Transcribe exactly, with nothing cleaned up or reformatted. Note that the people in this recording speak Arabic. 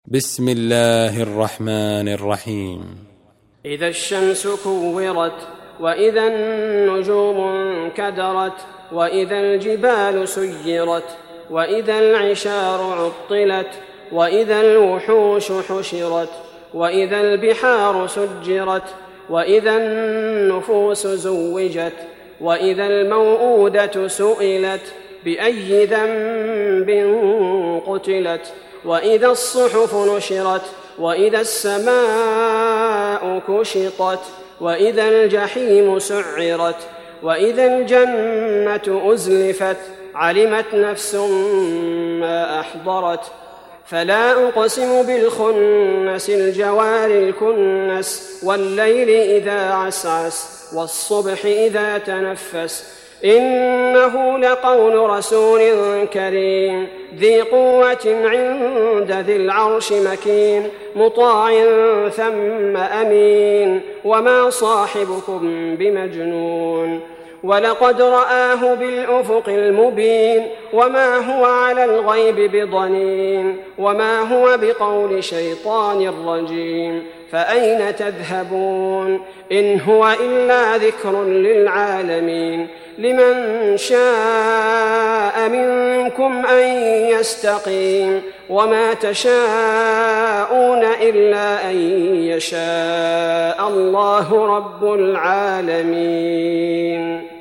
بسم الله الرحمن الرحيم. إذا الشمس كورت، وإذا النجوم انكدرت، وإذا الجبال سيرت، وإذا العشار عطلت، وإذا الوحوش حشرت، وإذا البحار سجرت، وإذا النفوس زوجت، وإذا الموءودة سئلت بأي ذنب قتلت، وإذا الصحف نشرت، وإذا السماء كشطت، وإذا الجحيم سعرت، وإذا الجنة أزلفت، علمت نفس ما أحضرت. فلا أقسم بالخنس الجوار الكنس، والليل إذا عسعس، والصبح إذا تنفس، إنه لقول رسول كريم ذي قوة عند ذي العرش مكين، مطاع ثم أمين، وما صاحبكم بمجنون، ولقد رآه بالأفق المبين، وما هو على الغيب بضنين، وما هو بقول شيطان رجيم، فأين تذهبون؟ إن هو إلا ذكر للعالمين، لمن شاء منكم أن يستقيم، وما تشاءون إلا أن يشاء الله رب العالمين.